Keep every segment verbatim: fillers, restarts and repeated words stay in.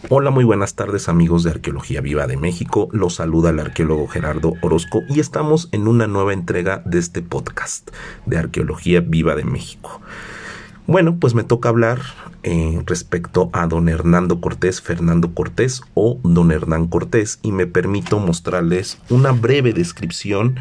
Hola, muy buenas tardes amigos de Arqueología Viva de México, los saluda el arqueólogo Gerardo Orozco y estamos en una nueva entrega de este podcast de Arqueología Viva de México. Bueno, pues me toca hablar eh, respecto a don Hernando Cortés, Fernando Cortés o don Hernán Cortés, y me permito mostrarles una breve descripción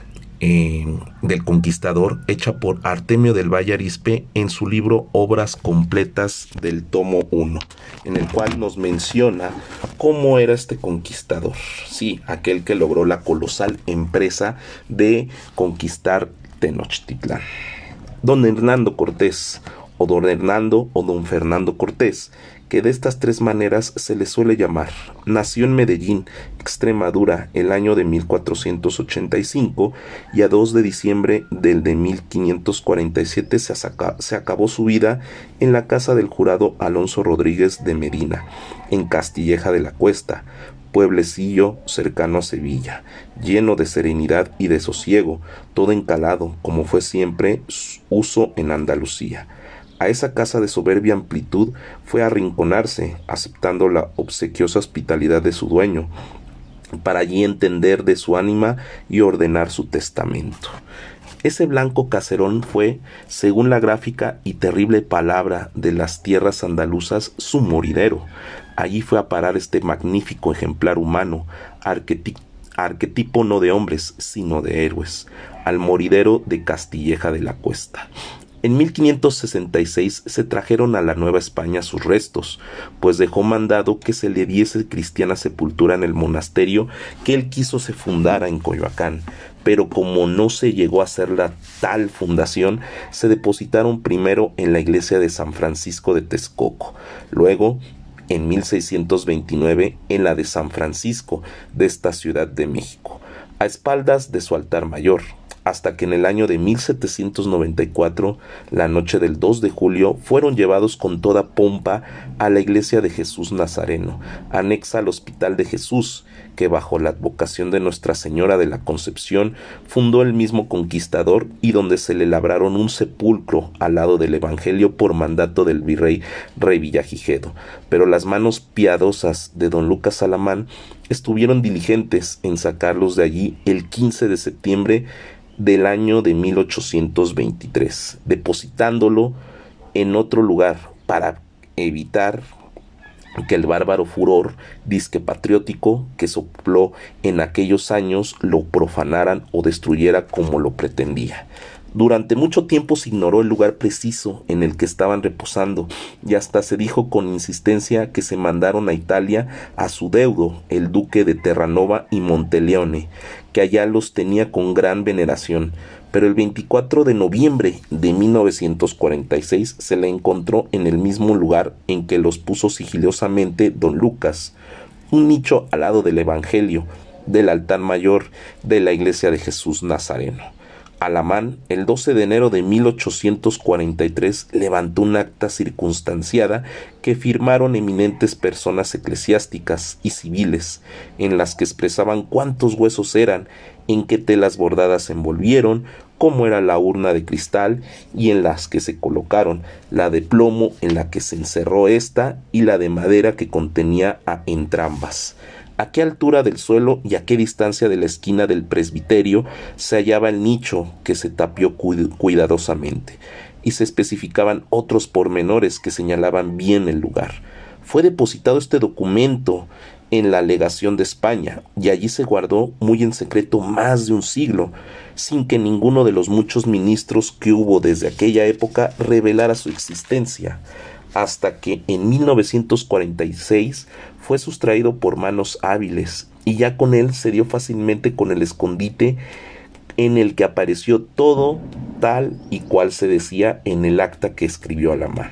Eh, del conquistador hecha por Artemio del Valle Arizpe en su libro Obras Completas del tomo uno, en el cual nos menciona cómo era este conquistador, sí, aquel que logró la colosal empresa de conquistar Tenochtitlán. Don Hernando Cortés, o don Hernando o don Fernando Cortés, que de estas tres maneras se le suele llamar, nació en Medellín, Extremadura, el año de mil cuatrocientos ochenta y cinco, y a dos de diciembre del de mil quinientos cuarenta y siete se, asaca, se acabó su vida en la casa del jurado Alonso Rodríguez de Medina, en Castilleja de la Cuesta, pueblecillo cercano a Sevilla, lleno de serenidad y de sosiego, todo encalado, como fue siempre uso en Andalucía. A esa casa de soberbia amplitud fue a arrinconarse, aceptando la obsequiosa hospitalidad de su dueño, para allí entender de su ánima y ordenar su testamento. Ese blanco caserón fue, según la gráfica y terrible palabra de las tierras andaluzas, su moridero. Allí fue a parar este magnífico ejemplar humano, arquetipo, arquetipo no de hombres, sino de héroes, al moridero de Castilleja de la Cuesta. En mil quinientos sesenta y seis se trajeron a la Nueva España sus restos, pues dejó mandado que se le diese cristiana sepultura en el monasterio que él quiso se fundara en Coyoacán, pero como no se llegó a hacer la tal fundación, se depositaron primero en la iglesia de San Francisco de Texcoco, luego en mil seiscientos veintinueve en la de San Francisco de esta Ciudad de México, a espaldas de su altar mayor, hasta que en el año de mil setecientos noventa y cuatro, la noche del dos de julio, fueron llevados con toda pompa a la iglesia de Jesús Nazareno, anexa al Hospital de Jesús, que bajo la advocación de Nuestra Señora de la Concepción fundó el mismo conquistador y donde se le labraron un sepulcro al lado del Evangelio por mandato del virrey Rey Villagigedo. Pero las manos piadosas de don Lucas Alamán estuvieron diligentes en sacarlos de allí el quince de septiembre del año de mil ochocientos veintitrés, depositándolo en otro lugar para evitar que el bárbaro furor disque patriótico que sopló en aquellos años lo profanaran o destruyera como lo pretendía. Durante mucho tiempo se ignoró el lugar preciso en el que estaban reposando y hasta se dijo con insistencia que se mandaron a Italia a su deudo, el duque de Terranova y Monteleone, que allá los tenía con gran veneración, pero el veinticuatro de noviembre de mil novecientos cuarenta y seis se le encontró en el mismo lugar en que los puso sigilosamente don Lucas, un nicho al lado del Evangelio, del altar mayor de la iglesia de Jesús Nazareno. Alamán, el doce de enero de mil ochocientos cuarenta y tres, levantó un acta circunstanciada que firmaron eminentes personas eclesiásticas y civiles, en las que expresaban cuántos huesos eran, en qué telas bordadas se envolvieron, cómo era la urna de cristal y en las que se colocaron, la de plomo en la que se encerró ésta y la de madera que contenía a entrambas. A qué altura del suelo y a qué distancia de la esquina del presbiterio se hallaba el nicho que se tapió cuidadosamente, y se especificaban otros pormenores que señalaban bien el lugar. Fue depositado este documento en la legación de España, y allí se guardó muy en secreto más de un siglo, sin que ninguno de los muchos ministros que hubo desde aquella época revelara su existencia, hasta que en mil novecientos cuarenta y seis fue sustraído por manos hábiles, y ya con él se dio fácilmente con el escondite en el que apareció todo tal y cual se decía en el acta que escribió Alamán.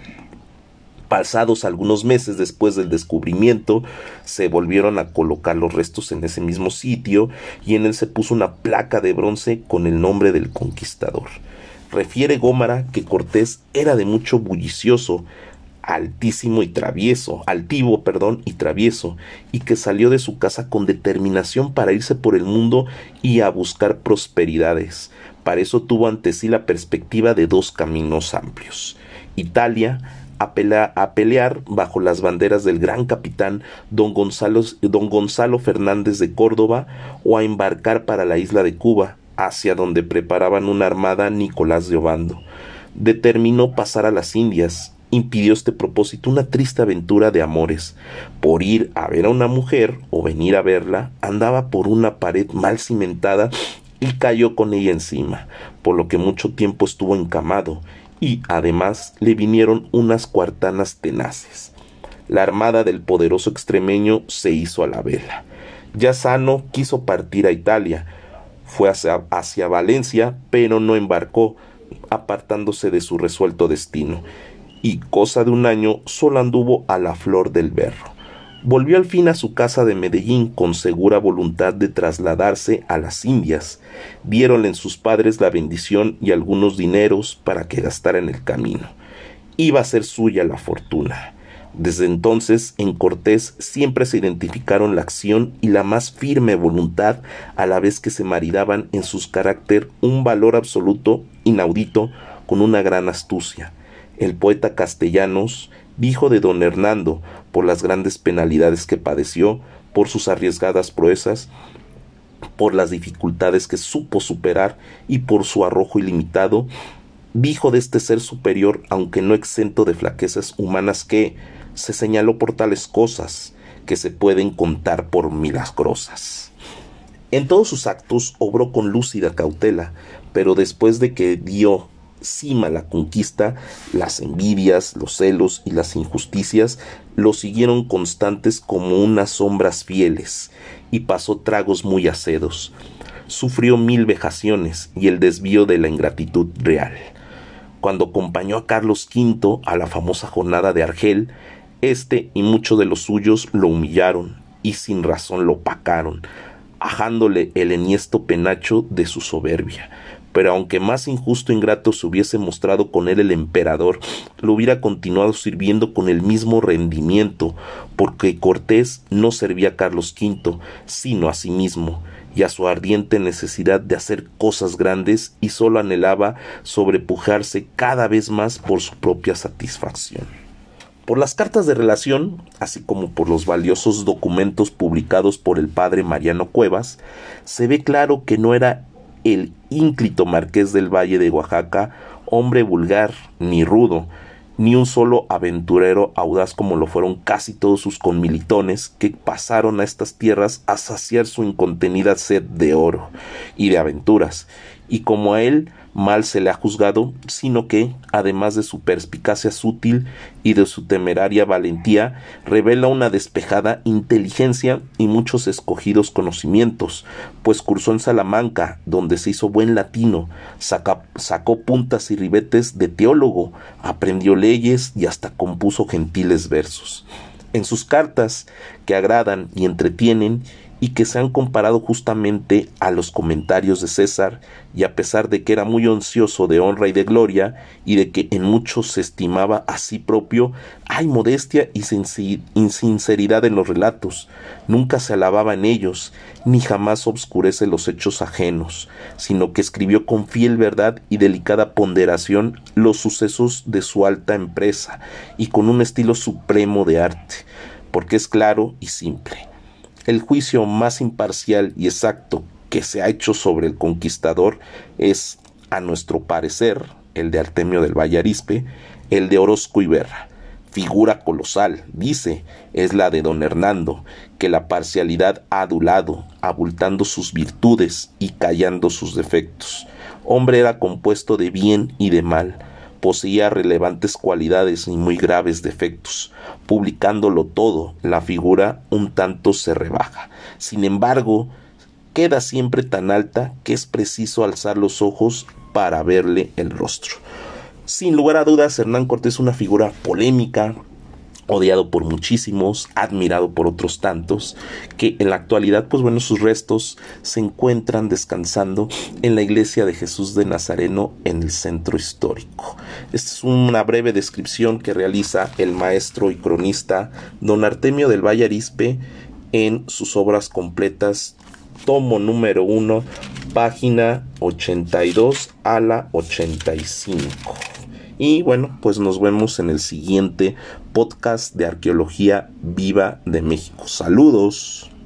Pasados algunos meses después del descubrimiento, se volvieron a colocar los restos en ese mismo sitio y en él se puso una placa de bronce con el nombre del conquistador. Refiere Gómara que Cortés era de mucho bullicioso, altísimo y travieso, altivo, perdón, y travieso, y que salió de su casa con determinación para irse por el mundo y a buscar prosperidades. Para eso tuvo ante sí la perspectiva de dos caminos amplios: Italia, a, pela, a pelear bajo las banderas del gran capitán don Gonzalo, don Gonzalo Fernández de Córdoba, o a embarcar para la isla de Cuba, hacia donde preparaban una armada Nicolás de Obando. Determinó pasar a las Indias. Impidió este propósito una triste aventura de amores. Por ir a ver a una mujer o venir a verla, andaba por una pared mal cimentada y cayó con ella encima, por lo que mucho tiempo estuvo encamado, y además le vinieron unas cuartanas tenaces. La armada del poderoso extremeño se hizo a la vela. Ya sano, quiso partir a Italia. Fue hacia, hacia Valencia, pero no embarcó, apartándose de su resuelto destino, y cosa de un año solo anduvo a la flor del berro. Volvió al fin a su casa de Medellín con segura voluntad de trasladarse a las Indias. Diéronle sus padres la bendición y algunos dineros para que gastara en el camino. Iba a ser suya la fortuna. Desde entonces, en Cortés siempre se identificaron la acción y la más firme voluntad, a la vez que se maridaban en sus carácter un valor absoluto, inaudito, con una gran astucia. El poeta Castellanos dijo de don Hernando, por las grandes penalidades que padeció, por sus arriesgadas proezas, por las dificultades que supo superar y por su arrojo ilimitado, dijo de este ser superior, aunque no exento de flaquezas humanas, que se señaló por tales cosas que se pueden contar por milagrosas. En todos sus actos obró con lúcida cautela, pero después de que dio cima a la conquista, las envidias, los celos y las injusticias lo siguieron constantes como unas sombras fieles, y pasó tragos muy acedos. Sufrió mil vejaciones y el desvío de la ingratitud real. Cuando acompañó a Carlos quinto a la famosa jornada de Argel, este y muchos de los suyos lo humillaron y sin razón lo opacaron, ajándole el enhiesto penacho de su soberbia. Pero aunque más injusto e ingrato se hubiese mostrado con él el emperador, lo hubiera continuado sirviendo con el mismo rendimiento, porque Cortés no servía a Carlos quinto, sino a sí mismo, y a su ardiente necesidad de hacer cosas grandes, y sólo anhelaba sobrepujarse cada vez más por su propia satisfacción. Por las cartas de relación, así como por los valiosos documentos publicados por el padre Mariano Cuevas, se ve claro que no era el ínclito marqués del Valle de Oaxaca hombre vulgar ni rudo, ni un solo aventurero audaz como lo fueron casi todos sus conmilitones que pasaron a estas tierras a saciar su incontenida sed de oro y de aventuras, y como a él mal se le ha juzgado, sino que, además de su perspicacia sutil y de su temeraria valentía, revela una despejada inteligencia y muchos escogidos conocimientos, pues cursó en Salamanca, donde se hizo buen latino, saca, sacó puntas y ribetes de teólogo, aprendió leyes y hasta compuso gentiles versos. En sus cartas, que agradan y entretienen, y que se han comparado justamente a los comentarios de César, y a pesar de que era muy ansioso de honra y de gloria, y de que en mucho se estimaba a sí propio, hay modestia y sinceridad en los relatos. Nunca se alababa en ellos, ni jamás obscurece los hechos ajenos, sino que escribió con fiel verdad y delicada ponderación los sucesos de su alta empresa, y con un estilo supremo de arte, porque es claro y simple. El juicio más imparcial y exacto que se ha hecho sobre el conquistador es, a nuestro parecer, el de Artemio del Valle Arizpe, el de Orozco Iberra. Figura colosal, dice, es la de don Hernando, que la parcialidad ha adulado, abultando sus virtudes y callando sus defectos. Hombre era compuesto de bien y de mal, poseía relevantes cualidades y muy graves defectos. Publicándolo todo, la figura un tanto se rebaja. Sin embargo, queda siempre tan alta que es preciso alzar los ojos para verle el rostro. Sin lugar a dudas, Hernán Cortés es una figura polémica, odiado por muchísimos, admirado por otros tantos, que en la actualidad, pues bueno, sus restos se encuentran descansando en la iglesia de Jesús de Nazareno en el centro histórico. Esta es una breve descripción que realiza el maestro y cronista don Artemio del Valle Arizpe en sus obras completas, tomo número uno, página ochenta y dos a la ochenta y cinco. Y bueno, pues nos vemos en el siguiente podcast de Arqueología Viva de México. Saludos.